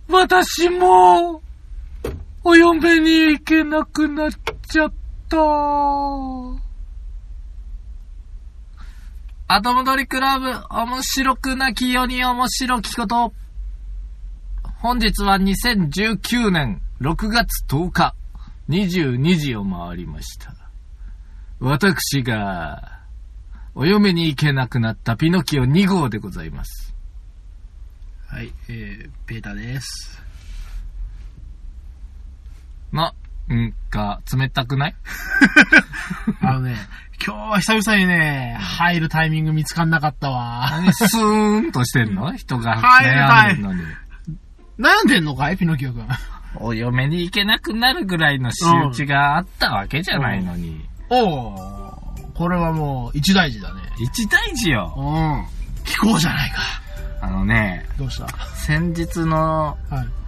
私も、お嫁に行けなくなっちゃった。後戻りクラブ、面白くなきよに面白きこと。本日は2019年6月10日、22時を回りました。私が、お嫁に行けなくなったピノキオ2号でございます。 はい、ペーターです。 なんか、冷たくない？ 今日は久々にね、入るタイミング見つかんなかったわ。 何スーンとしてんの？人が悩んでんのに。 悩んでんのかいピノキオくん。 お嫁に行けなくなるぐらいの仕打ちがあったわけじゃないのに。 これはもう一大事だね。 一大事よ。 聞こうじゃないか。どうした？ 先日の、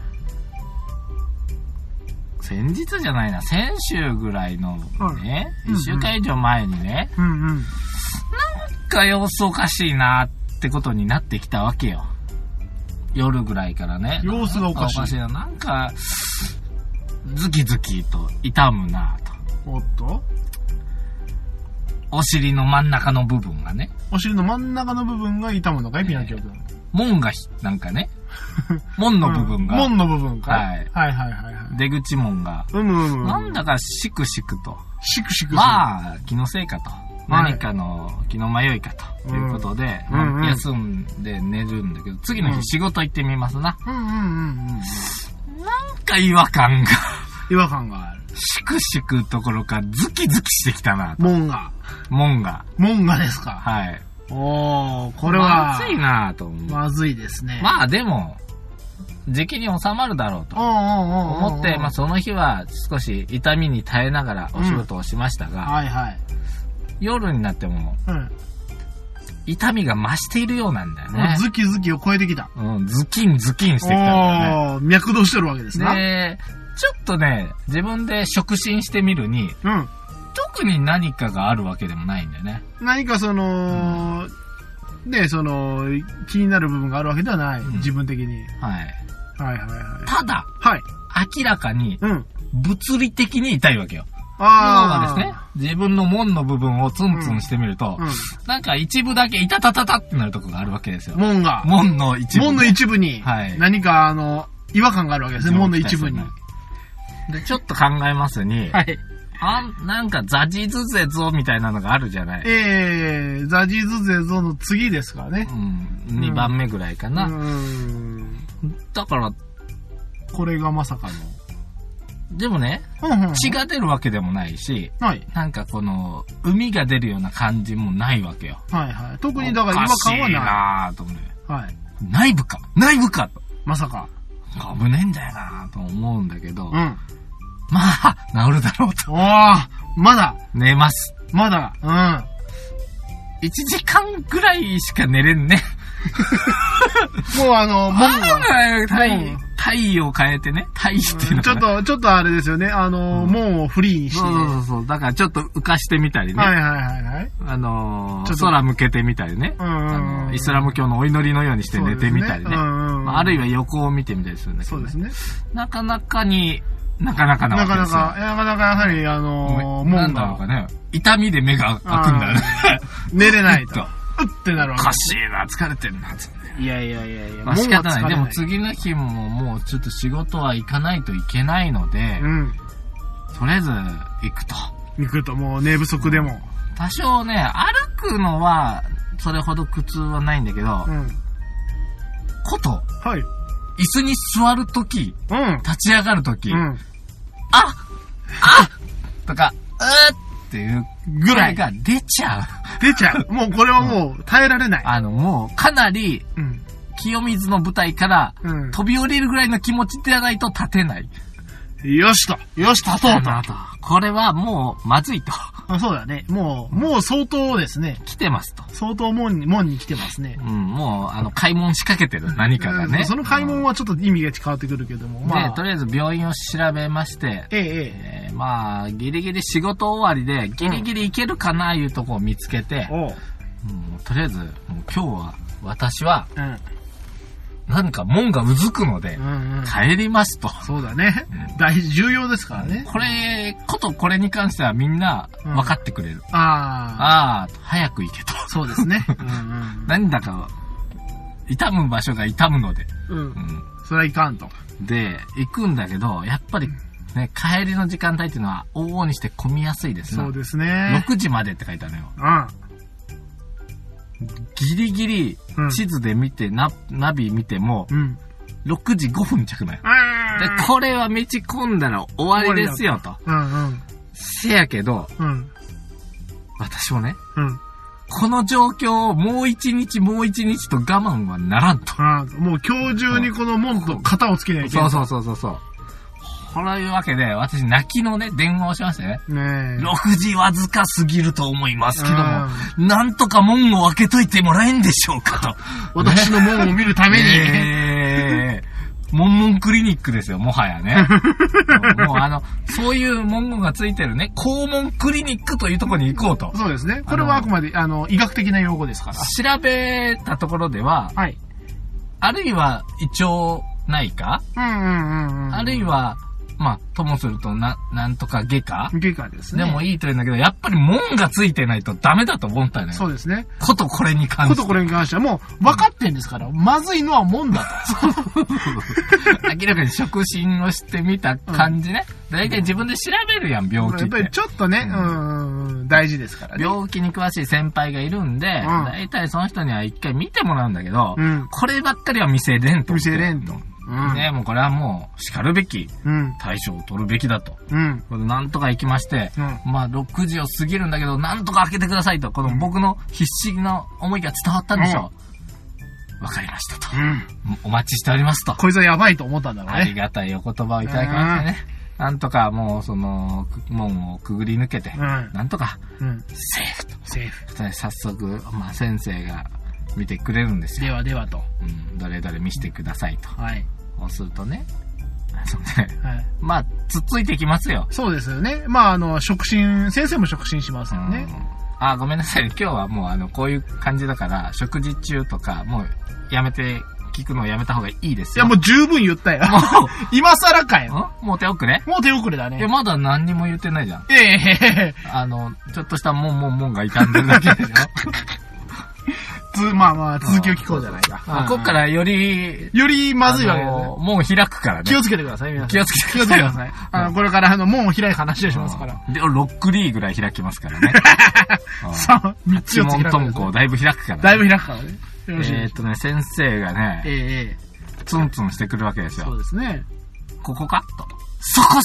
先日じゃないな、先週ぐらいのね、1週間以上前にね、なんか様子おかしいなってことになってきたわけよ。夜ぐらいからね。 様子がおかしい。 なんか、ズキズキと痛むなと。 おっと？ お尻の真ん中の部分がね。 お尻の真ん中の部分が痛むのかいピノキオくん。 門がなんかね。門の部分が。 門の部分か。 はい。出口門が。なんだかシクシクと。 シクシク。 まあ、気のせいかと。何かの気の迷いかということで、休んで寝るんだけど、次の日仕事行ってみますな。なんか違和感が。 違和感がある。 シクシクどころかズキズキしてきたな。 門がですか。 はい。 これは。 まずいなぁと思う。 まずいですね。 まあでも、時期に収まるだろうと思って、その日は少し痛みに耐えながらお仕事をしましたが、夜になっても、痛みが増しているようなんだよね。 ズキズキを超えてきた。 ズキンしてきたんだよね。 脈動してるわけですね。ちょっとね、自分で触診してみるに、特に何かがあるわけでもないんだよね。 何か気になる部分があるわけではない。自分的に。ただ、 明らかに、物理的に痛いわけよ。要はですね、自分の門の部分をツンツンしてみると、なんか一部だけイタタタタってなるところがあるわけですよ。門の一部。 門の一部に、何か違和感があるわけですね、門の一部に。 で、ちょっと考えますに、なんかザジズゼゾみたいなのがあるじゃない。 ザジズゼゾの次ですからね。 2番目ぐらいかな。だから、 これがまさかの。 でもね、血が出るわけでもないし、なんかこの、海が出るような感じもないわけよ。 特にだから違和感はない。 なぁと思って。内部かと。 まさか。 危ねえんだよなぁと思うんだけど、まあ、治るだろうと。 まだ。 寝ます。 まだ。 1時間ぐらいしか寝れんね。 もう体を変えてね。体っていうのかな。 ちょっとあれですよね。門をフリーにして。 そう。だからちょっと浮かしてみたりね。空向けてみたりね。イスラム教のお祈りのようにして寝てみたりね。あるいは横を見てみたりするんだけど。そうですね。なかなかなわけですよ。なかなかやはりなんだろうかね。痛みで目が開くんだよね。 寝れないと。ってなるわけ。 おかしいな、疲れてるな、つって。 いや。 まあ仕方ない。でも次の日ももうちょっと仕事は行かないといけないので、とりあえず行くと。もう寝不足でも。多少ね、歩くのはそれほど苦痛はないんだけど、椅子に座るとき、立ち上がるとき、とか、っていうぐらいが出ちゃう。 もうこれはもう耐えられない。 もうかなり、清水の舞台から飛び降りるぐらいの気持ちでないと立てない。 よし、立とうと。 これはもうまずいと。 そうだね。もう相当ですね。 来てますと。 相当門に来てますね。 もう開門仕掛けてる何かがね。 その開門はちょっと意味が変わってくるけども。 で、とりあえず病院を調べまして、まあ、ギリギリ仕事終わりで、ギリギリ行けるかないうとこを見つけて、とりあえず、もう今日は、私は、 なんか門がうずくので、 うんうん、 帰りますと。 そうだね。重要ですからね。 これに関してはみんな分かってくれる。 ああ、早く行けと。 そうですね。うんうん、 なんだか、痛む場所が痛むので。 うん。それはいかんと。 で、行くんだけど、やっぱりね、帰りの時間帯っていうのは往々にして混みやすいですね。 そうですね。 6時までって書いてあるのよ。 うん。 ギリギリ、地図で見て、ナビ見ても、6時5分着ない。で、これは道混んだら終わりですよと。せやけど、私もね、この状況をもう一日と我慢はならんと。 もう今日中にこの門と型をつけないといけない。 そう。こういうわけで、私泣きのね、電話をしましてね。6時わずかすぎると思いますけども、なんとか門を開けといてもらえんでしょうかと。 私の門を見るために。 モンクリニックですよ、もはやね。もうそういう文言がついてるね、肛門クリニックというところに行こうと。 そうですね。これはあくまで、医学的な用語ですから。 調べたところでは、はい。あるいは胃腸内科？あるいは、まあ、ともするとなんとか外科ですね。 でもいいというんだけど、やっぱり門がついてないとダメだと思ったよね。 そうですね。 これに関してはもう分かってんですから、まずいのは門だと。 明らかに触診をしてみた感じね。だいたい自分で調べるやん、病気って。 やっぱりちょっとね、大事ですからね。 病気に詳しい先輩がいるんで、だいたいその人には一回見てもらうんだけど、こればっかりは見せれんと。ね、もうこれはもう叱るべき対処を取るべきだと。これなんとか行きまして、まあ6時を過ぎるんだけど、なんとか開けてくださいと、この僕の必死の思いが伝わったんでしょう。わかりましたと。お待ちしておりますと。 こいつはやばいと思ったんだろうね。 ありがたいお言葉をいただきましてね。なんとかもうその門をくぐり抜けて、なんとかセーフと。 セーフ。 早速、まあ先生が見てくれるんですよ。 ではと。 どれどれ見せてくださいと。 はい。 そうするとね、まあ、つっついてきますよ。 そうですよね。まあ、先生も触診しますよね。 ごめんなさい。今日はもうこういう感じだから、食事中とか、もう、聞くのをやめた方がいいですよ。 いや、もう十分言ったよ。もう、今更かよ。 もう手遅れ？ もう手遅れだね。 いや、まだ何にも言ってないじゃん。ちょっとした門が傷んでるだけでしょ。 まあ、続きを聞こうじゃないか。 こっからよりまずいわけだね。 もう開くからね。 気をつけてください、皆さん。 気をつけてください。 これから門を開い話をしますから。 で、ロックリーぐらい開きますからね。 そう、3つ門トンコだいぶ開くからね。 だいぶ開くからね。 先生がね、ツンツンしてくるわけですよ。 そうですね。 ここかと。そこ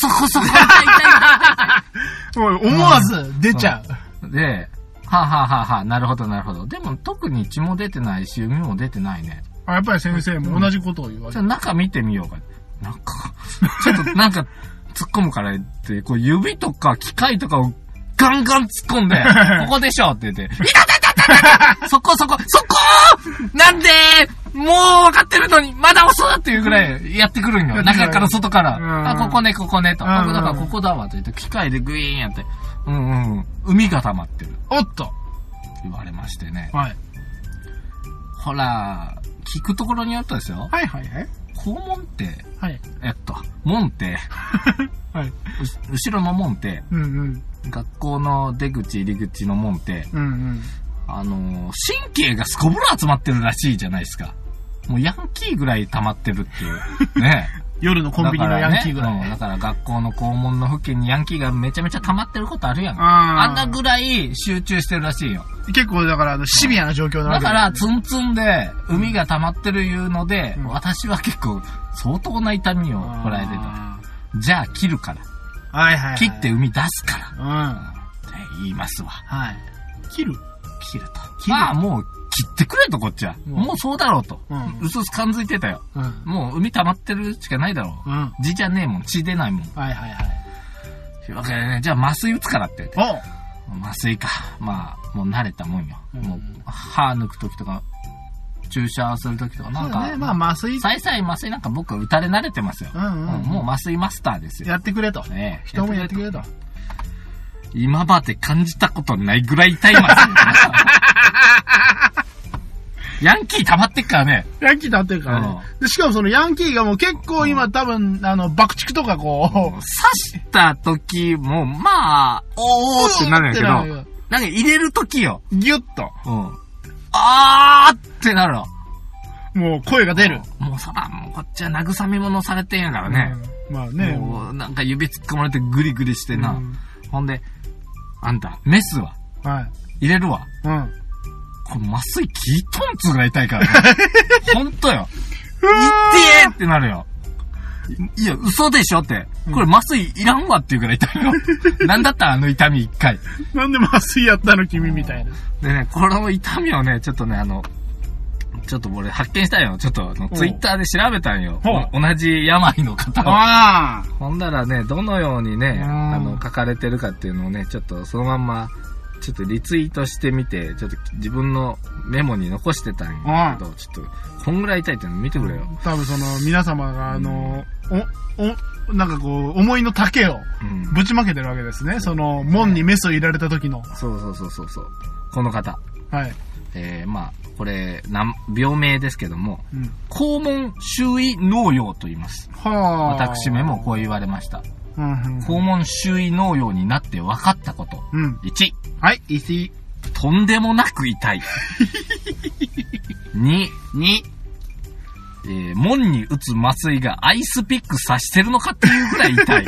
思わず出ちゃう。で、なるほど。でも特に血も出てないし、海も出てないね。 やっぱり先生も同じことを言われて。 中見てみようか。ちょっとなんか突っ込むからって、こう指とか機械とかをガンガン突っ込んで、ここでしょって言って、いたそこなんでもう分かってるのに、まだ遅いっていうぐらいやってくるんよ。中から外から。ここねと。僕だからここだわって言って、機械でグイーンやって、海が溜まってる。 おっと言われましてね。 はい。 ほら、聞くところによるとですよ。肛門って、門って、後ろの門って、学校の出口入り口の門って、神経がすこぶる集まってるらしいじゃないですか。もうヤンキーぐらい溜まってるっていう。ね。 夜のコンビニのヤンキーぐらい。 だから学校の校門の付近にヤンキーがめちゃめちゃ溜まってることあるやん。あんなぐらい集中してるらしいよ。 結構だからシビアな状況なわけだからツンツンで海が溜まってるいうので、私は結構相当な痛みをこらえてた。じゃあ切るから。切って海出すから。って言いますわ。 切ると。まあもう切ってくれとこっちは。もうそうだろうと。うすうす感づいてたよ。もう海溜まってるしかないだろう。字じゃねえもん。血出ないもん。というわけでね、じゃあ麻酔打つからって言って。麻酔か。まあ、もう慣れたもんよ。もう歯抜くときとか、注射するときとかなんか。 まあ麻酔。 さい麻酔なんか僕打たれ慣れてますよ。もう麻酔マスターですよ。 やってくれと。人もやってくれと。 今まで感じたことないぐらい痛い麻酔。 ヤンキー溜まってっからね。 ヤンキーと会ってるからね。で、しかもそのヤンキーがもう結構今多分、爆竹とかこう、 刺した時も、まあ、おーってなるんやけど、なんか入れる時よ。 ギュッと。 あーってなるの。 もう声が出る。 もうそら、もうこっちは慰め物されてんやからね。 まあね。 もうなんか指突っ込まれてグリグリしてな。ほんで、あんた、メスは入れるわ。これ麻酔効いとんつうぐらい痛いからね。ほんとよ。痛えってなるよ。いや、嘘でしょって。これ麻酔いらんわっていうぐらい痛いよ。なんだったら痛み一回。 なんで麻酔やったの君みたいな。 でね、この痛みをね、ちょっとね、ちょっと俺発見したよ。ちょっとツイッターで調べたんよ。同じ病の方を。ほんだらね、どのようにね、書かれてるかっていうのをね、ちょっとそのまんま、ちょっとリツイートしてみて、ちょっと自分のメモに残してたんやけど、ちょっと、こんぐらい痛いっての見てくれよ。 多分その、皆様がなんかこう、思いの丈を、ぶちまけてるわけですね。その、門にメスを入れられた時の。 そう。この方。 はい。 まあ、これ、病名ですけども、肛門周囲農用と言います。私めもこう言われました。肛門周囲農用になって分かったこと。1。 はい、1。 とんでもなく痛い。2。門に打つ麻酔がアイスピック刺してるのかっていうぐらい痛い。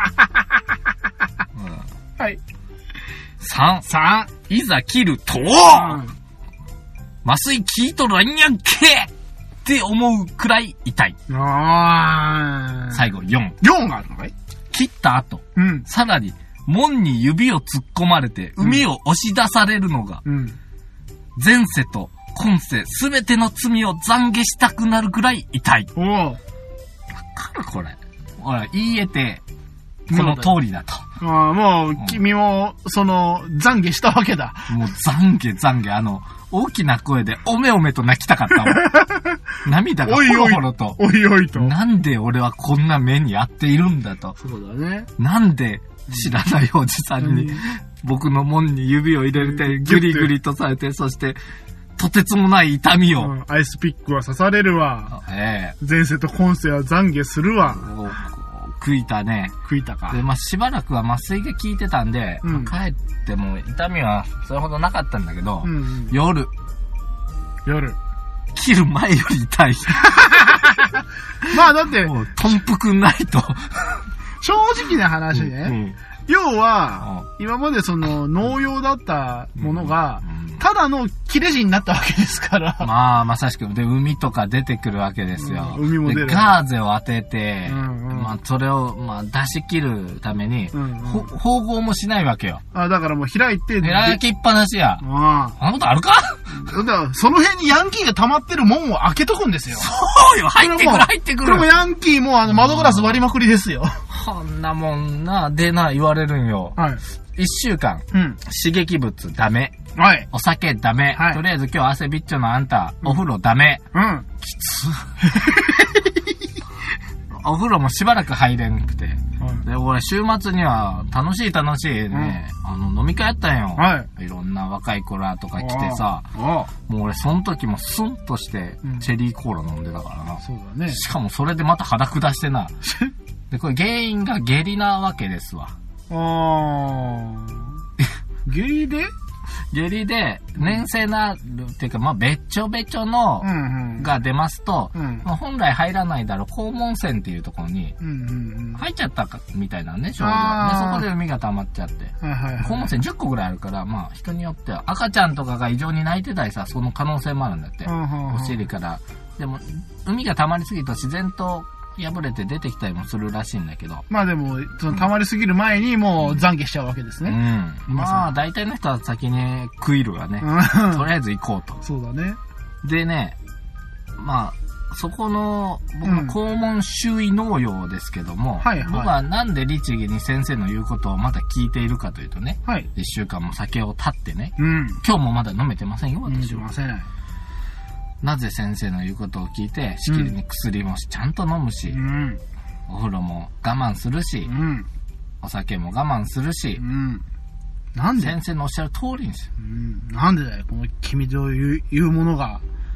はい。 3。いざ切ると、麻酔効いとるんやんけって思うくらい痛い。最後、4。 4があるのかい？ 切った後、さらに、門に指を突っ込まれて、海を押し出されるのが、前世と今世すべての罪を懺悔したくなるくらい痛い。わかるこれ。ほら、言えて、この通りだと。 もう、君も、懺悔したわけだ。 もう、懺悔。大きな声で、おめおめと泣きたかったわ。涙がほろほろと。 おいおいと。 なんで俺はこんな目に遭っているんだと。 そうだね。 なんで知らないおじさんに、僕の門に指を入れて、グリグリとされて、そして、とてつもない痛みを。 アイスピックは刺されるわ。前世と今世は懺悔するわ。 食いたね。 食いたか。 で、しばらくは麻酔が効いてたんで、帰っても痛みはそれほどなかったんだけど、夜。切る前より痛い。 まあだって、 頓服ないと。 正直な話ね。要は、今まで農用だったものが、ただの切れ字になったわけですから。 まあ、まさしく。で、海とか出てくるわけですよ。 海も出る。 で、ガーゼを当てて、まあ、それを、出し切るために、縫合もしないわけよ。 だからもう開いて。 開きっぱなしや。そんなことあるか？ だからその辺にヤンキーが溜まってる門を開けとくんですよ。 そうよ、入ってくる。 これもヤンキーも窓ガラス割りまくりですよ。 こんなもんな、言われるんよ。1週間、刺激物ダメ。お酒ダメ。とりあえず今日汗びっちょのあんた、お風呂ダメ。きつ。お風呂もしばらく入れんくて。で、俺週末には楽しいね、飲み会やったんよ。いろんな若い子らとか来てさ、もう俺その時もスンとしてチェリーコーラ飲んでたからな。 そうだね。 しかもそれでまた肌下してな。で、これ原因が下痢なわけですわ。 下痢で下痢で、粘性なるっていうか、べっちょべちょの、が出ますと、本来入らないだろう、肛門腺っていうところに、入っちゃったか、みたいなね、症状。で、そこで海が溜まっちゃって。肛門腺10個ぐらいあるから、人によっては、赤ちゃんとかが異常に泣いてたりさ、その可能性もあるんだって。お尻から。でも、海が溜まりすぎると自然と、破れて出てきたりもするらしいんだけど。 でも、溜まりすぎる前にもう懺悔しちゃうわけですね。 大体の人は先に食いるわね。とりあえず行こうと。 そうだね。 でね、そこの、僕の肛門周囲農用ですけども、僕はなんで律儀に先生の言うことをまだ聞いているかというとね、1週間も酒を断ってね、今日もまだ飲めてませんよ、私は。なぜ先生の言うことを聞いて、しきりに薬もちゃんと飲むし、お風呂も我慢するし、お酒も我慢するし、 なんで先生のおっしゃる通りにする。 なんでだよ、この君というものが、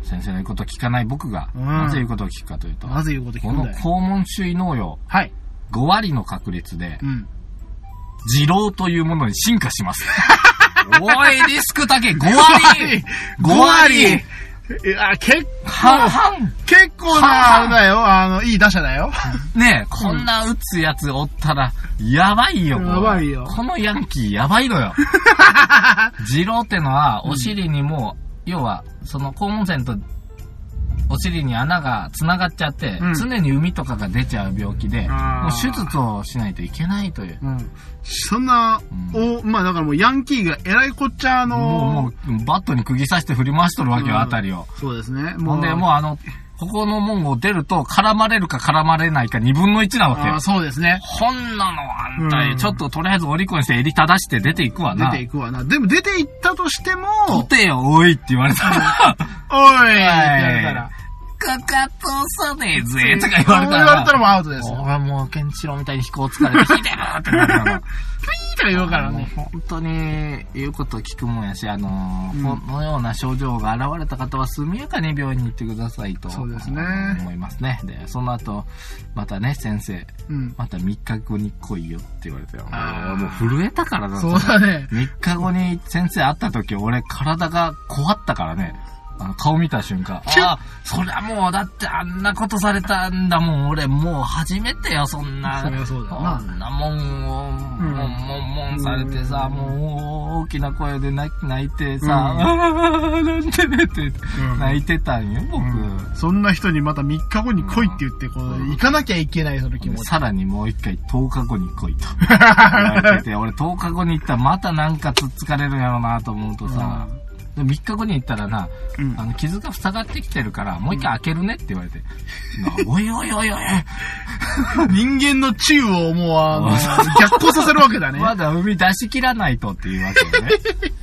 先生の言うことを聞かない僕が、なぜ言うことを聞くかというと、 なぜ言うことを聞くこの肛門周囲農業、 はい。 5割の確率で、二郎というものに進化します。おい、リスク高い、5割 !5 割いや、結構な、あれだよ、いい打者だよ。 ねえ、こんな打つやつおったら、やばいよ、 やばいよ。 このヤンキーやばいのよ。二郎ってのは、お尻にもう、要は、その肛門腺と、お尻に穴が繋がっちゃって、常に膿とかが出ちゃう病気で、もう手術をしないといけないという。 そんな、まあだからもうヤンキーが偉いこっちゃもうバットに釘刺して振り回しとるわけよ、あたりを。 そうですね。 ほんで、もうここの門を出ると、絡まれるか絡まれないか2分の1なわけよ。 そうですね。 ほんなのあんた、ちょっととりあえずおりこにして襟正して出ていくわな。 出ていくわな。でも出ていったとしても、 とてよ、おいって言われたら、 おいって言われたら、 かかとさねえぜとか言われたらもうアウトですよ。 俺もうケンチロみたいに飛行疲れて、ひでーってなるから。 ピーとか言うからね。 本当に言うことを聞くもんやし、このような症状が現れた方は速やかに病院に行ってくださいと。 そうですね。 思いますね。で、その後、またね、先生、また3日後に来いよって言われたよ。もう震えたからな。 そうだね。 3日後に先生会った時、俺体が怖ったからね。顔見た瞬間。そりゃもう、だってあんなことされたんだもん。俺もう初めてよ、そんな。 そりゃそうだな。 そんなもんを、もんされてさ、もう大きな声で泣いてさ、なんてねって泣いてたんよ、僕。 そんな人にまた3日後に来いって言って、行かなきゃいけないその気持ち。 さらにもう一回10日後に来いと言われてて、俺10日後に行ったらまたなんかつっつかれるんやろうなと思うとさ、3日後に行ったらな、傷が塞がってきてるから、もう一回開けるねって言われて。おいおいおいおい。 人間の治癒をもう、逆行させるわけだね。 まだ海出し切らないとっていうわけよね。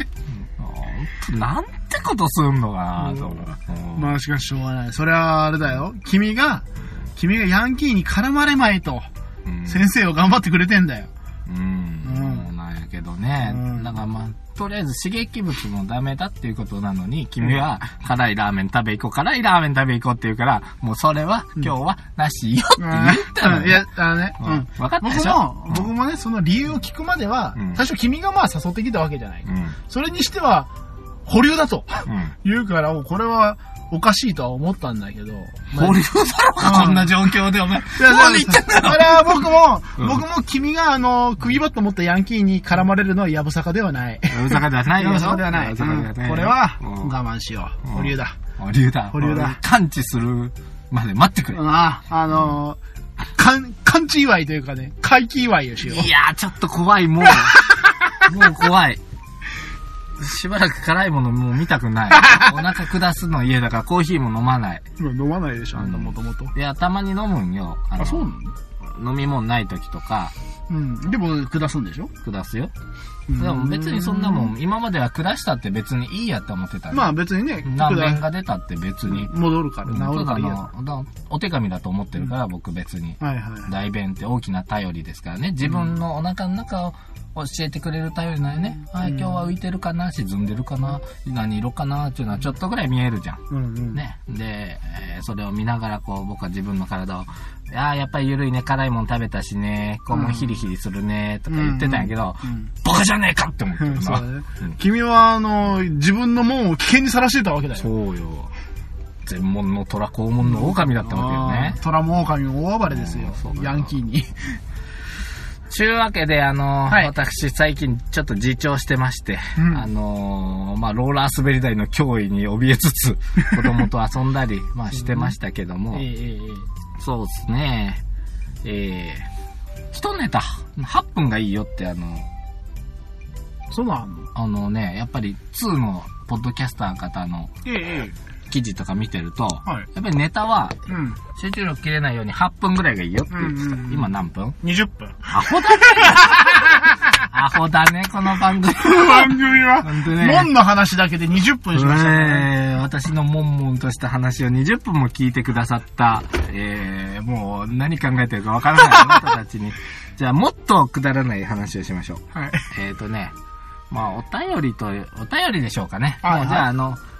なんてことすんのかなと思う。 まあしかししょうがない。それはあれだよ。君がヤンキーに絡まれまいと、先生を頑張ってくれてんだよ。 なんやけどね。なんかまあ、とりあえず刺激物もダメだっていうことなのに、君は辛いラーメン食べ行こうって言うから、もうそれは今日はなしよって言ったの。 いや、 分かったでしょ？ 僕もね、その理由を聞くまでは、最初君がまあ誘ってきたわけじゃない。それにしては、保留だと言うから、これはおかしいとは思ったんだけど。 保留だろか、こんな状況でお前。 何言ってんだよ。あれは僕も君が釘バット持ったヤンキーに絡まれるのはやぶさかではない。 やぶさかではないよ。 やぶさかではない。これは我慢しよう。保留だ。 保留だ。感知するまで待ってくれ。 感知祝いというかね、回帰祝いをしよう。 いやー、ちょっと怖い、もう怖い。しばらく辛いものもう見たくない。お腹下すの家だからコーヒーも飲まない。 飲まないでしょ、あんたもともと。 いや、たまに飲むんよ。 そうなの？飲み物ない時とか。 でも下すんでしょ？ 下すよ。でも別にそんなもん、今までは下したって別にいいやって思ってた。 まあ別にね。 何便が出たって別に。 戻るから、治るからいいや。 お手紙だと思ってるから僕別に。大便って大きな頼りですからね。自分のお腹の中を教えてくれる頼りなんよね。今日は浮いてるかな、沈んでるかな、何色かなっていうのはちょっとぐらい見えるじゃん。ね。で、それを見ながら僕は自分の体を、やっぱり緩いね、辛いもん食べたしね、もうヒリヒリするね、とか言ってたんやけど、バカじゃねえかって思ってるさ。 君は自分の門を危険にさらしてたわけだよ。 そうよ。全門の虎、肛門の狼だったわけよね。 虎も狼も大暴れですよ。ヤンキーに。 ちゅうわけで、私、最近ちょっと自重してまして、ローラー滑り台の脅威に怯えつつ、子供と遊んだり、してましたけども、そうですね、一ネタ、8分がいいよって、 そうなのね、やっぱり2のポッドキャスター方の、記事とか見てると、やっぱりネタは、集中力切れないように8分ぐらいがいいよって言ってた。今何分 ?20 分。 アホだね。アホだね、この番組。 番組は、門の話だけで20分しましたね。 私の悶々とした話を20分も聞いてくださった、もう何考えてるかわからないあなたたちに。じゃあもっとくだらない話をしましょう。お便りでしょうかね。じゃあ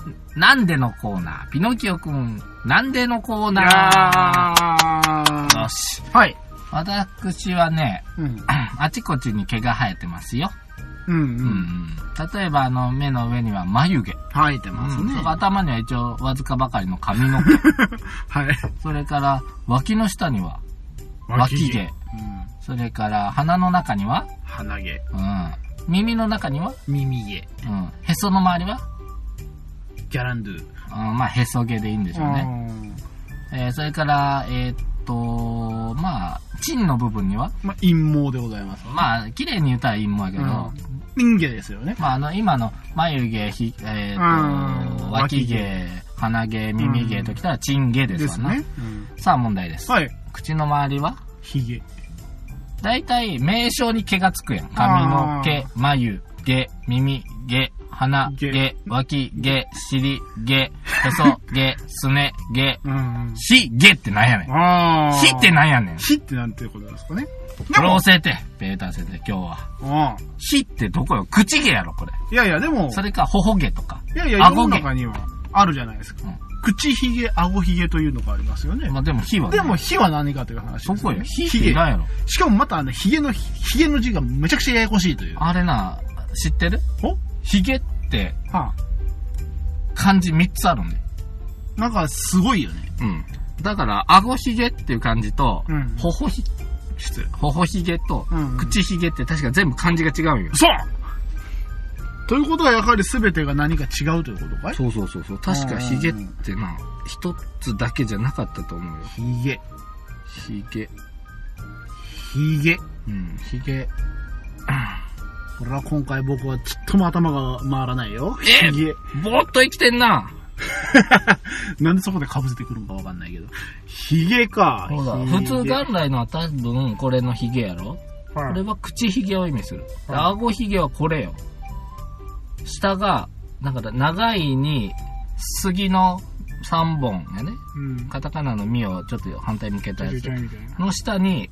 なんでのコーナー。ピノキオくん、なんでのコーナー。よし。 はい。 私はね、あちこちに毛が生えてますよ。例えば目の上には眉毛。 生えてますね。 頭には一応わずかばかりの髪の毛。 はい。 それから脇の下には脇毛。それから鼻の中には鼻毛。 耳の中には耳毛。 へその周りはギャランドゥ。 まあへそ毛でいいんでしょうね。それからまあチンの部分には陰毛でございます。 まあ綺麗に言ったら陰毛やけど、 陰毛ですよね。 まあ今の眉毛脇毛鼻毛耳毛ときたらチン毛ですわな。さあ問題です。 はい。 口の周りはヒゲ。 だいたい名称に毛がつくやん。髪の毛、眉毛、耳毛、鼻毛、脇毛、尻毛、へそ毛、すね毛、ひ毛ってなんやねん。ひってなんやねん。 ひってなんてことですかね。 これ教えて、ペーター先生、今日は。ひってどこよ。口毛やろ、これ。 いやいや、でも。 それか、頬毛とか。 いやいや、世の中にはあるじゃないですか。口ひげ、顎ひげというのがありますよね。 まあでもひはね。 でもひは何かという話です、ね。 そこよ。ひって何やろ。 しかもまたひげの字がめちゃくちゃややこしいという。 あれな、知ってる？ひげって、漢字3つあるんで。 なんかすごいよね。 だから、顎ひげっていう漢字と、頬ひげと、口ひげって確か全部漢字が違うんよ。 そうということはやはり全てが何か違うということかい？ そう。確かヒゲってな、一つだけじゃなかったと思うよ。 ヒゲ。 ヒゲ。 これは今回僕はちっとも頭が回らないよ。ヒゲ。 ぼーっと生きてんな。 なんでそこで被せてくるのかわかんないけど。ヒゲか。 普通元来のは多分これのヒゲやろ？これは口ヒゲを意味する。顎ヒゲはこれよ。下が、なんか長いに杉の3本やね。カタカナの実をちょっと反対向けたやつ。の下に、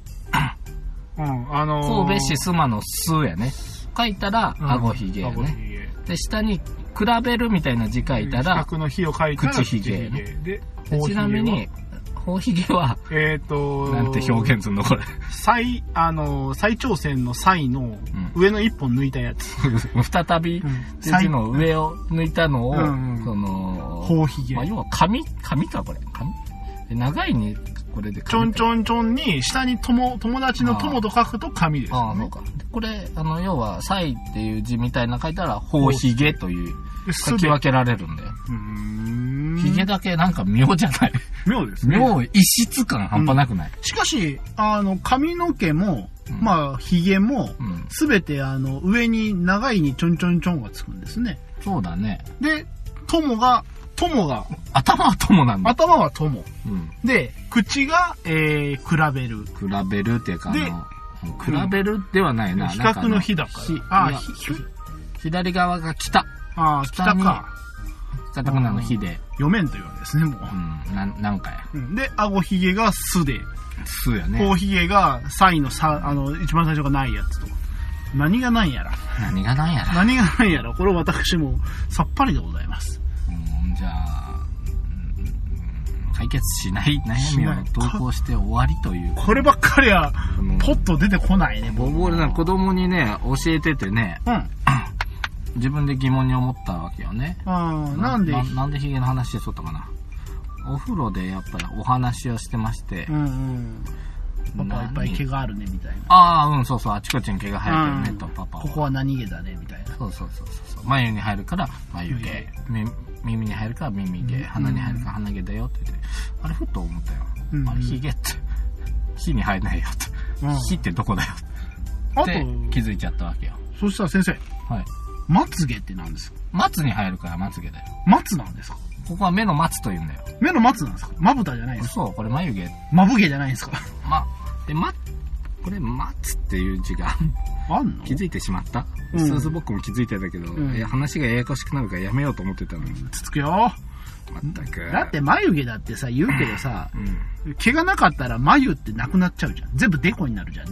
神戸市須磨の巣やね。書いたら、顎ひげやね。で、下に比べるみたいな字書いたら、口ひげやね。ちなみに、頬ひげは、なんて表現するのこれ。 再挑戦の際の上の一本抜いたやつ。 再び、次の上を抜いたのを、 頬ひげ。 まあ、要は髪かこれ。髪長いに、これでちょんちょんちょんに、下に友達の友と書くと髪です、ね。 そうか。これ、要は、際っていう字みたいな書いたら、頬ひげという、書き分けられるんだよ。ヒゲだけなんか妙じゃない？ 妙ですね。 妙、異質感半端なくない？ しかし、髪の毛も、まあ、ヒゲも、すべて上に長いにちょんちょんちょんがつくんですね。 そうだね。 で、友が、 頭は友なんだ。 頭は友。で、口が、比べる。 比べるっていうか、比べるではないな。 比較の比だから。 左側が北。 北か。 カタカナの火で。 読めんというわけですね、もう。 なんかや。 で、顎ひげがすで。 すやね。 頬ひげが、サイの一番最初がないやつと。何がないやら。これ私もさっぱりでございます。 じゃあ、解決しない悩みを投稿して終わりという。 こればっかりは、ポッと出てこないね、 僕子供にね、教えててね。自分で疑問に思ったわけよね。 なんでヒゲの話でしとったかな。お風呂でやっぱりお話をしてまして。 パパいっぱい毛があるね、みたいな。 そう。あちこちに毛が生えてるね、とパパは。 ここは何毛だね、みたいな。 そう。眉に入るから眉毛。耳に入るから耳毛。鼻に入るから鼻毛だよって言って。あれふと思ったよ。あれヒゲって、火に入らないよって。火ってどこだよって気づいちゃったわけよ。 そしたら先生。 はい。 まつげって何ですか？ 松に入るからまつげだよ。 松なんですか？ ここは目の松と言うんだよ。 目の松なんですか？まぶたじゃないですか？ そう、これ眉毛。 まぶ毛じゃないですか？ これ松っていう字があんの？ 気づいてしまった？スース僕も気づいてたけど、話がややこしくなるからやめようと思ってたのに。 つつくよ。 まったく。 だって眉毛だってさ、言うけどさ、毛がなかったら眉ってなくなっちゃうじゃん。全部デコになるじゃんね。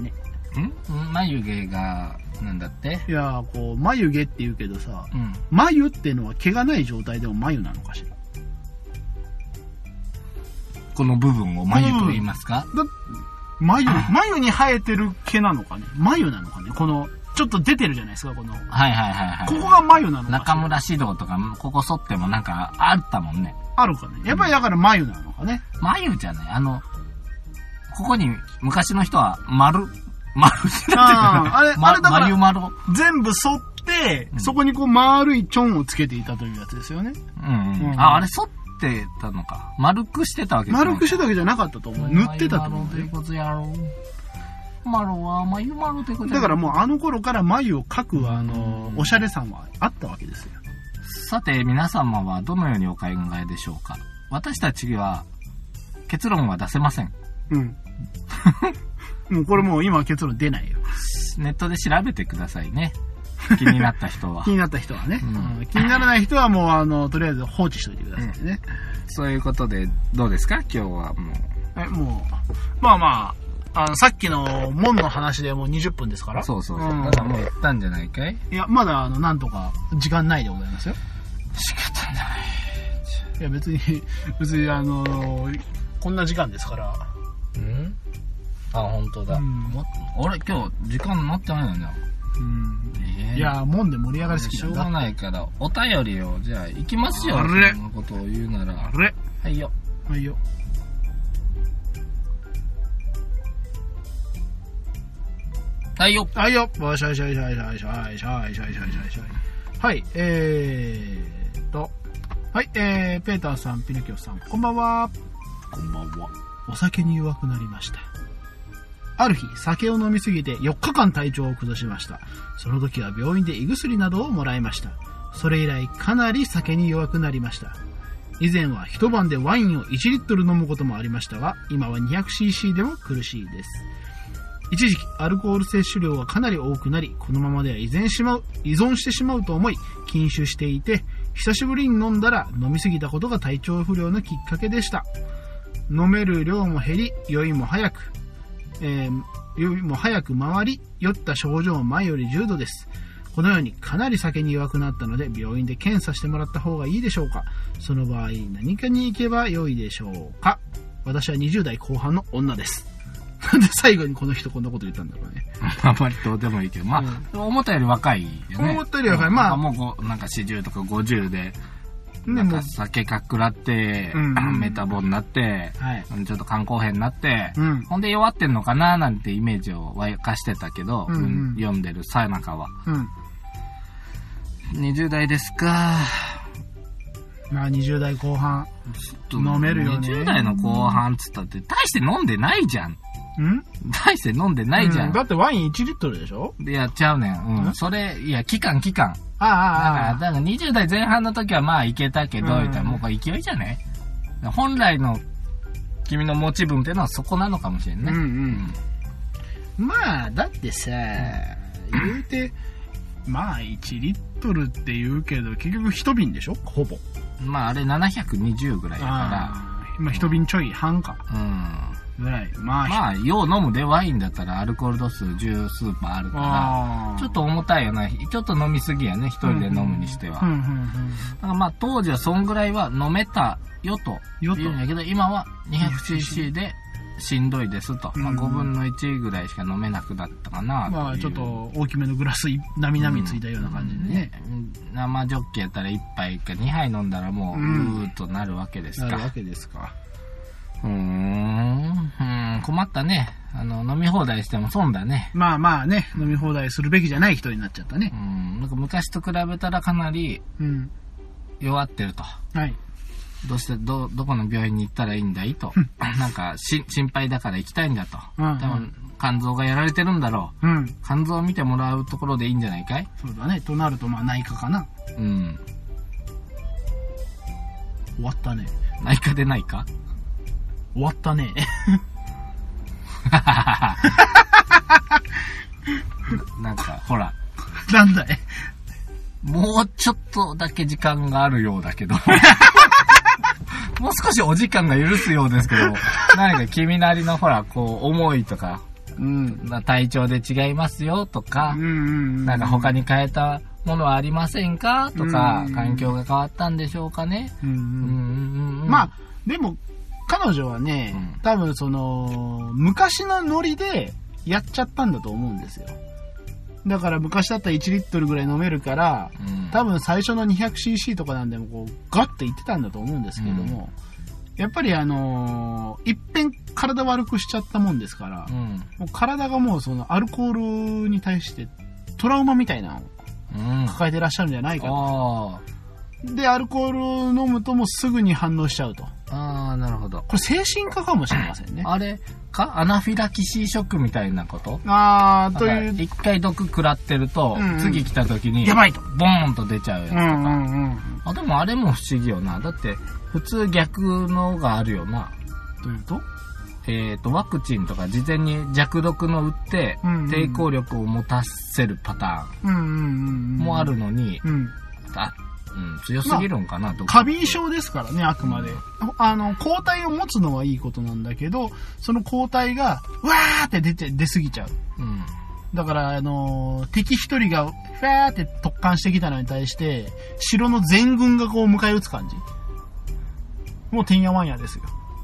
眉毛が、なんだって？ いやこう、眉毛って言うけどさ、眉ってのは毛がない状態でも眉なのかしら。 この部分を眉と言いますか？ 眉に生えてる毛なのかね？眉なのかね？この、ちょっと出てるじゃないですか、この。 はい。 ここが眉なのか。 中村獅童とか、ここ剃ってもなんか、あったもんね。 あるかね。やっぱりだから眉なのかね。 眉じゃない。ここに、昔の人は、丸してあれだから、 眉丸。 全部剃って、そこにこう丸いチョンをつけていたというやつですよね。 あれ剃ってたのか。丸くしてたわけじゃない。 丸くしてたわけじゃなかったと思う。塗ってたと思う。 ということやろう。丸は眉丸ということだからもうあの頃から眉を描くおしゃれさんはあったわけですよ。 さて皆様はどのようにお考えでしょうか。私たちは結論は出せません。 もうこれもう今結論出ないよ。 ネットで調べてくださいね。気になった人は。 気になった人はね。気にならない人はもうとりあえず放置しといてくださいね。 そういうことでどうですか今日はもう。 もうまあさっきの門の話でもう20分ですから。 そう。だからもう言ったんじゃないかい？ いや、まだなんとか時間ないでございますよ。 仕方ない。 いや別にこんな時間ですから。 本当だ。あれ今日時間なってないのね。 いや、門で盛り上がりすぎなんだ。 しょうがないから、お便りを、じゃあ行きますよ。 あれそのことを言うなら。 あれはいよ。 はいよ。 はいよ。 はいよ。はい、はい、ペーターさん、ピノキオさん、こんばんは。 こんばんは。 お酒に弱くなりました。ある日、酒を飲みすぎて4日間体調を崩しました。その時は病院で胃薬などをもらいました。それ以来、かなり酒に弱くなりました。以前は一晩でワインを1リットル飲むこともありましたが、今は 200cc でも苦しいです。一時期、アルコール摂取量がかなり多くなり、このままでは依存してしまうと思い、禁酒していて、久しぶりに飲んだら飲みすぎたことが体調不良のきっかけでした。飲める量も減り、酔いも早く回り、酔った症状も前より重度です。このようにかなり酒に弱くなったので、病院で検査してもらった方がいいでしょうか。その場合、何かに行けば良いでしょうか。私は20代後半の女です。なんで最後にこの人こんなこと言ったんだろうね。 あまりどうでもいいけど、思ったより若いよね。 思ったより若い。 もうなんか40とか50で、なんか酒かっくらって、メタボになって、ちょっと肝硬変になって、ほんで弱ってんのかななんてイメージを沸かしてたけど、読んでるさなかは。20代ですか。 まあ20代後半。飲めるよね。 20代の後半っつったって、大して飲んでないじゃん。大して飲んでないじゃん。 だってワイン1リットルでしょ？ で、やっちゃうねん。それ、いや、期間。だから20代前半の時はまあいけたけど、もうこれ勢いじゃね？本来の君の持ち分っていうのはそこなのかもしれんね。 まあ、だってさ、言うて、まあ1リットルって言うけど、結局一瓶でしょ？ほぼ。 まああれ720ぐらいだから。 今一瓶ちょい半か。ぐらい。 まあ、よう飲むでワインだったらアルコール度数10数パーあるから、ちょっと重たいよな。ちょっと飲みすぎやね、一人で飲むにしては。だからまあ、当時はそんぐらいは飲めたよと言うんだけど、今は 200cc でしんどいですと。5分の1ぐらいしか飲めなくなったかな。 まあ、ちょっと大きめのグラス、なみなみついたような感じでね。 生ジョッキやったら1杯か2杯飲んだらもう、うーっとなるわけですか。 なるわけですか。 困ったね。飲み放題しても損だね。 まあね、飲み放題するべきじゃない人になっちゃったね。 なんか昔と比べたらかなり弱ってると。 はい。 どうしてどこの病院に行ったらいいんだいと。なんか心配だから行きたいんだと。多分肝臓がやられてるんだろう。肝臓を見てもらうところでいいんじゃないかい？ そうだね。となるとまあ内科かな。終わったね。 内科でないか？ 終わったね。 なんか、ほら。 なんだい？ もうちょっとだけ時間があるようだけど。もう少しお時間が許すようですけど、何か君なりのほら、こう、思いとか、 うん。 体調で違いますよとか、なんか他に変えたものはありませんかとか、環境が変わったんでしょうかね。 まあ、でも、彼女はね、多分昔のノリでやっちゃったんだと思うんですよ。だから昔だったら1リットルぐらい飲めるから、多分最初の 200cc とかなんでもこうガッていってたんだと思うんですけども、やっぱりいっぺん体悪くしちゃったもんですから、もう体がもうアルコールに対してトラウマみたいなのを抱えてらっしゃるんじゃないかと。で、アルコールを飲むともうすぐに反応しちゃうと。 ああ、なるほど。 これ精神科かもしれませんね。 あれかアナフィラキシーショックみたいなこと？ という。 一回毒食らってると、次来た時に、 やばいと。 ボーンと出ちゃうやつとか。でもあれも不思議よな。だって、普通逆のがあるよな。 どういうと？ ワクチンとか事前に弱毒の打って、抵抗力を持たせるパターンもあるのに、強すぎるんかなと。 過敏症ですからね、あくまで。抗体を持つのはいいことなんだけど、その抗体が、わーって出すぎちゃう。だから、敵一人が、ふわーって突貫してきたのに対して、城の全軍がこう迎え撃つ感じ。もうてんやわんやですよ。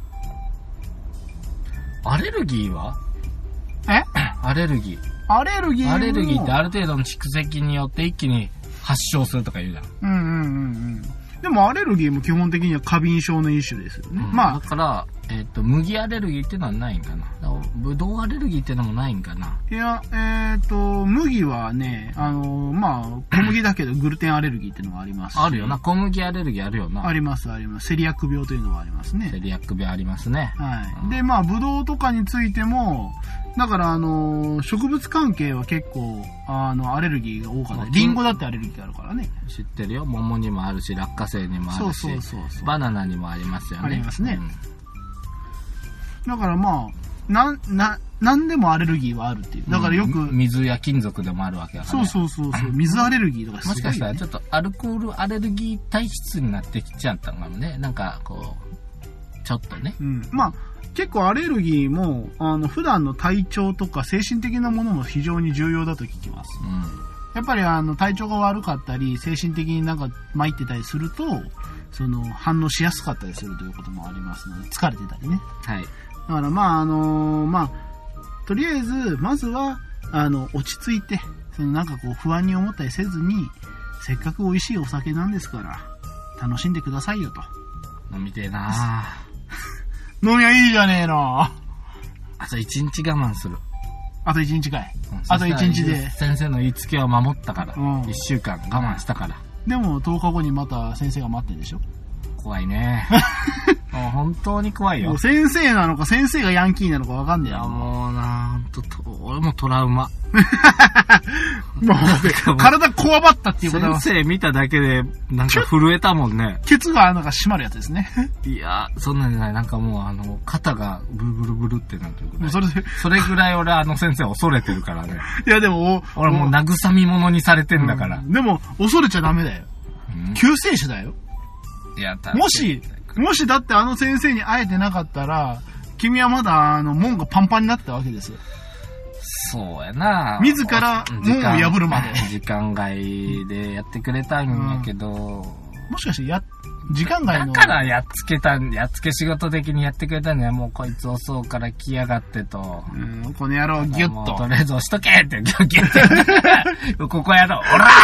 アレルギーは？アレルギーってある程度の蓄積によって一気に発症するとか言うじゃん。 でもアレルギーも基本的には過敏症の一種ですよね。 だから、麦アレルギーってのはないんかな。ブドウアレルギーってのもないんかな。 いや、麦はね、小麦だけどグルテンアレルギーってのがありますし。 あるよな。小麦アレルギーあるよな。 あります。セリアック病というのがありますね。 セリアック病ありますね。 はい。で、ブドウとかについても、だから、植物関係は結構、アレルギーが多かった。リンゴだってアレルギーがあるからね。 知ってるよ。桃にもあるし、落花生にもあるし、バナナにもありますよね。 ありますね。だからなんでもアレルギーはあるっていう。だからよく。 水や金属でもあるわけだからね。 そう。水アレルギーとかすごい、ね。 もしかしたらちょっとアルコールアレルギー体質になってきちゃったのかもね。なんかこう、ちょっとね。 結構アレルギーも、普段の体調とか精神的なものも非常に重要だと聞きます。やっぱり体調が悪かったり、精神的になんか参ってたりすると、反応しやすかったりするということもありますので、疲れてたりね。 はい。 だからとりあえず、まずは、落ち着いて、なんかこう不安に思ったりせずに、せっかく美味しいお酒なんですから、楽しんでくださいよと。 飲みてえな飲みはいいじゃねえの。 あと1日我慢する。 あと1日かい。あと1日で。 先生の言いつけを守ったから。1週間我慢したから。 でも10日後にまた先生が待ってるでしょ。 怖いね。もう本当に怖いよ。 もう先生なのか先生がヤンキーなのか分かんねえよ。 もうな俺もトラウマ。 もう体こわばったっていうことは。 先生見ただけでなんか震えたもんね。 ケツがなんか締まるやつですね。 いや、そんなんじゃない。なんかもう肩がブルブルブルってなってるぐらい。それぐらい俺先生恐れてるからね。 いやでも俺もう慰み者にされてんだから。 でも恐れちゃダメだよ。救世主だよ。 いや、 もしだって先生に会えてなかったら、君はまだ門がパンパンになってたわけですよ。 そうやな。 自ら門を破るまで。 時間外でやってくれたんやけど。 もしかして時間外の。 だからやっつけ仕事的にやってくれたんだよ。もうこいつ遅うから来やがってと。 この野郎ギュッと。 とりあえず押しとけってギュッギュッて。ここやろう。おら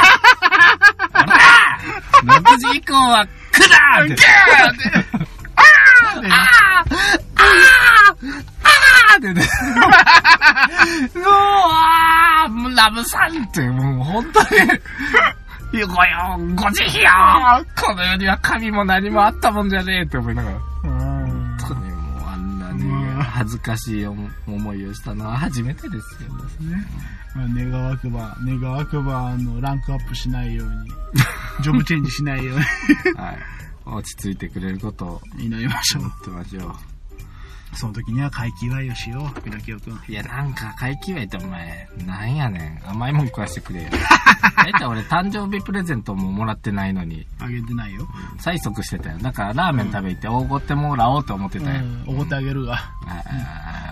6時以降は来だって。もうラブさんってもう本当によこよご慈悲よこの世には神も何もあったもんじゃねえって思いながら本当にもうあんなに恥ずかしい思いをしたのは初めてですよね。 願わくばランクアップしないようにジョブチェンジしないようにはい、落ち着いてくれることを祈りましょう。 思ってましょう。 その時には会期祝いをしよう、ピノキオ君。 いや、なんか会期祝いってお前なんやねん、甘いもん食わしてくれよ。だいたい俺誕生日プレゼントももらってないのにあげてないよ。 催促してたよ。だからラーメン食べ行っておごってもらおうと思ってたよ。 おごってあげるわ。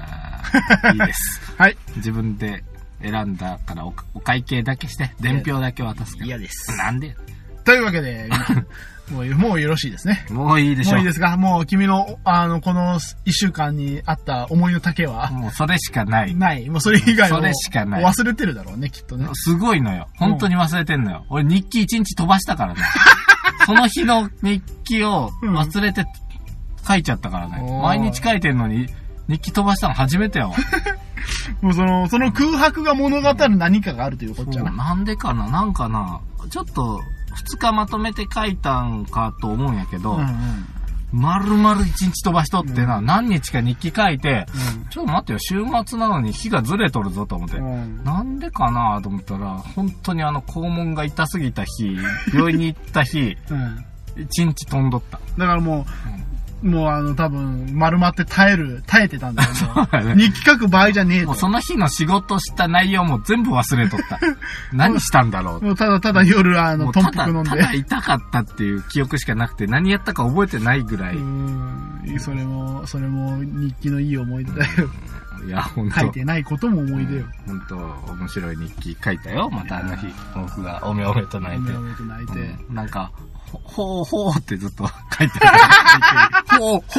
いいです。 はい。 自分で選んだからお会計だけして、伝票だけ渡すから。 嫌です。 なんでというわけで、もうよろしいですね。 もういいでしょ。 もういいですか？もう君の、この一週間にあった思いの丈はもうそれしかない。 ない。もうそれ以外はそれしかない。 忘れてるだろうね、きっとね。 すごいのよ。本当に忘れてんのよ。俺日記1日飛ばしたからね。その日の日記を忘れて書いちゃったからね。毎日書いてんのに日記飛ばしたの初めてやわ。 もうその空白が物語る何かがあるということじゃな。 なんでかな、なんかな、ちょっと2日まとめて書いたんかと思うんやけど、丸々1日飛ばしとってな、何日か日記書いて、ちょっと待ってよ、週末なのに日がずれとるぞと思って、なんでかなと思ったら、本当に肛門が痛すぎた日、病院に行った日、1日飛んどった。 だからもう多分、丸まって耐えてたんだよね。日記書く場合じゃねえと。 もうその日の仕事した内容も全部忘れとった。何したんだろう。 もうただ夜トンピク飲んで。 ただ痛かったっていう記憶しかなくて、何やったか覚えてないぐらい。 それも日記のいい思い出だよ。 いや、本当。 書いてないことも思い出よ。 本当面白い日記書いたよ。またあの日、僕がおめおめと泣いて。なんか、ほうってずっと書いてる。ほう。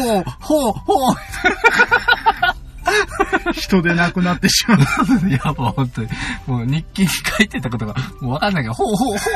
人で亡くなってしまう。 いや、もう本当に、もう日記に書いてたことが、もうわかんないけど、ほう。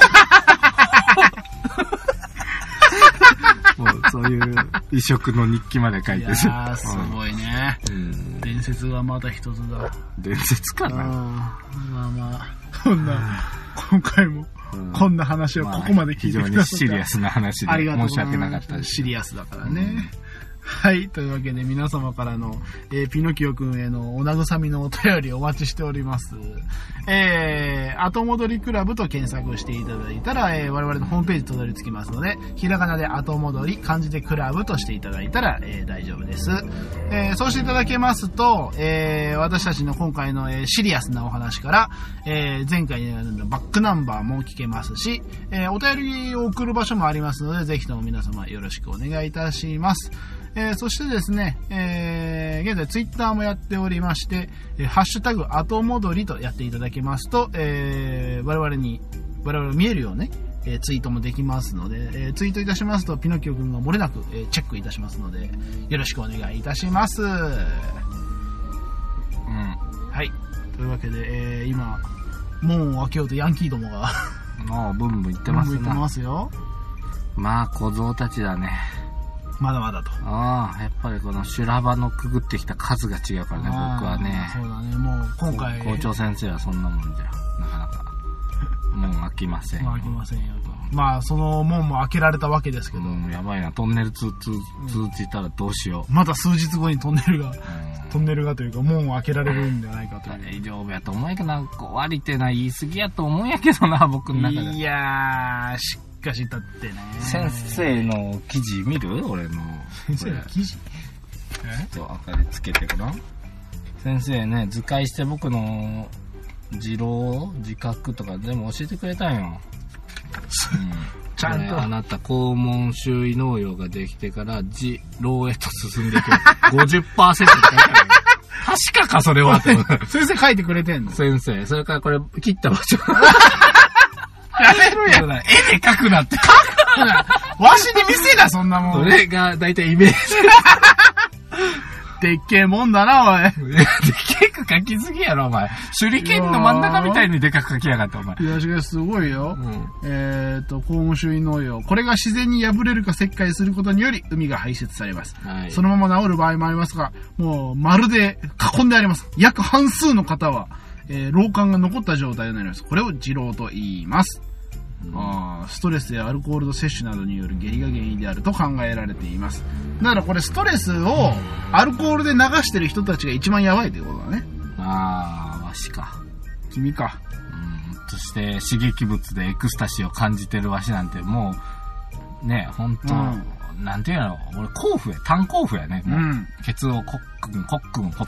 もうそういう異色の日記まで書いてる。いやー、すごいね。伝説がまた一つだ。 伝説かな。 まあ、今回も、こんな話をここまで聞いてくださった。 非常にシリアスな話で申し訳なかったです。 シリアスだからね。はい。というわけで皆様からの、ピノキオくんへのお慰みのお便りお待ちしております。後戻りクラブと検索していただいたら、我々のホームページとたどり着きますので、ひらがなで後戻り、漢字でクラブとしていただいたら、大丈夫です。そうしていただけますと、私たちの今回の、シリアスなお話から、前回のバックナンバーも聞けますし、お便りを送る場所もありますので、ぜひとも皆様よろしくお願いいたします。そしてですね、現在ツイッターもやっておりまして、ハッシュタグ後戻りとやっていただけますと、我々見えるようね、ツイートもできますので、ツイートいたしますとピノキオ君が漏れなく、チェックいたしますので、よろしくお願いいたします。はい。というわけで、今、門を開けようとヤンキーどもがもうブンブン言ってますね。 ブンブン言ってますよ。 まあ小僧たちだね。 まだまだと。 やっぱりこの修羅場のくぐってきた数が違うからね、僕はね。 そうだね、もう今回。 校長先生はそんなもんじゃ、なかなか。門開きません。 開きませんよと。まあ、その門も開けられたわけですけど。 やばいな、トンネル通じたらどうしよう。 また数日後にトンネルがというか、門を開けられるんじゃないかという。 大丈夫やと思うんやけどな、悪いってな言い過ぎやと思うんやけどな、僕の中で。 いやー、しかしだってね。 先生の記事見る？俺の。 先生の記事？ ちょっと赤でつけてごらん。先生ね、図解して僕の自覚とか全部教えてくれたんよ。 ちゃんと。 あなた肛門周囲農葉ができてから自老へと進んでいく 50% って書いてある。確かそれは。 先生書いてくれてんの？ 先生。それからこれ切った場所。 やめろや。 絵で描くなって。 わしに見せな、そんなもん。 それが大体イメージ。 でっけえもんだな、おい。 でっけく描きすぎやろ、お前。手裏剣の真ん中みたいにでかく描きやがった、お前。 いや、しかしすごいよ。肛門周囲農葉。これが自然に破れるか石灰することにより、海が排泄されます。はい、そのまま治る場合もありますが、もう、まるで囲んであります。約半数の方は、老疸が残った状態になります。これを痔瘻と言います。ストレスやアルコールの摂取などによる下痢が原因であると考えられています。だからこれストレスをアルコールで流してる人たちが一番やばいということだね。 わしか。 君か。 そして刺激物でエクスタシーを感じてるわしなんてもう、ね、ほんと、なんていうの、俺炭鉱夫やね。もうケツをコックン掘って、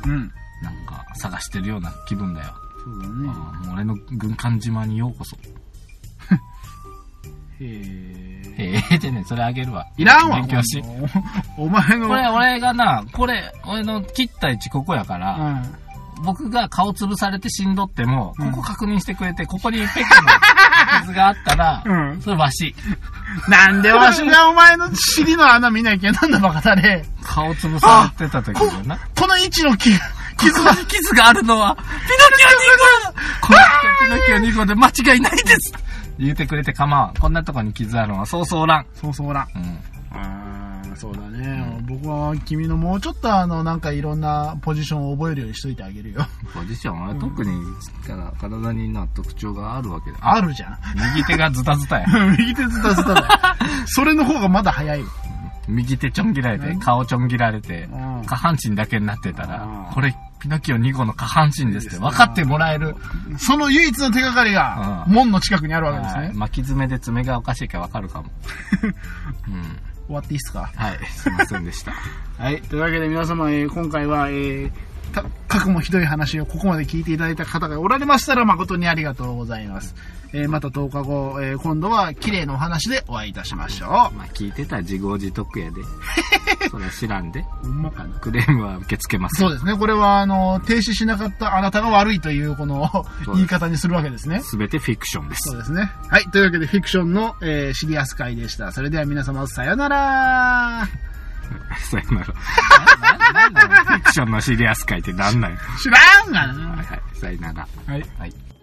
なんか探してるような気分だよ。 そうだね。 俺の軍艦島にようこそ。 ってね、それあげるわ。 いらんわ。 勉強し。 お前の。 俺の切った位置ここやから、僕が顔潰されて死んどっても、ここ確認してくれて、ここにペックの傷があったら、それわし。 なんでわしがお前の尻の穴見なきゃなんだバカだね。 顔潰されてた時だな。 この位置の傷があるのは、ピノキオ2号このピノキオ2号で間違いないです言ってくれて構わん。こんなとこに傷あるのはそうそうおらん。 そうそうおらん。そうだね。僕は君のもうちょっとなんかいろんなポジションを覚えるようにしといてあげるよ。 ポジションは特に体に特徴があるわけだ。 あるじゃん。 右手がズタズタや。 右手ズタズタだ。それの方がまだ早いよ。 右手ちょん切られて、顔ちょん切られて、下半身だけになってたら、これ、ピノキオ2号の下半身ですって分かってもらえる。 その唯一の手がかりが、門の近くにあるわけですね。 巻き爪で爪がおかしいから分かるかも。 終わっていいっすか？ はい、すいませんでした。 はい、というわけで皆様、今回は、過去もひどい話をここまで聞いていただいた方がおられましたら誠にありがとうございます。また10日後、今度は綺麗なお話でお会いいたしましょう。 聞いてたら自業自得やで。それは知らんで。 ほんまかな。 クレームは受け付けます。 そうですね。これは、停止しなかったあなたが悪いという、この、言い方にするわけですね。 すべてフィクションです。 そうですね。はい。というわけで、フィクションの、シリアス会でした。それでは皆様、さよなら。 さよなら。なんなのフィクションのシリアス会ってなんなんよ。 知らんがな。 はいはい。さよなら。 はい。 はい。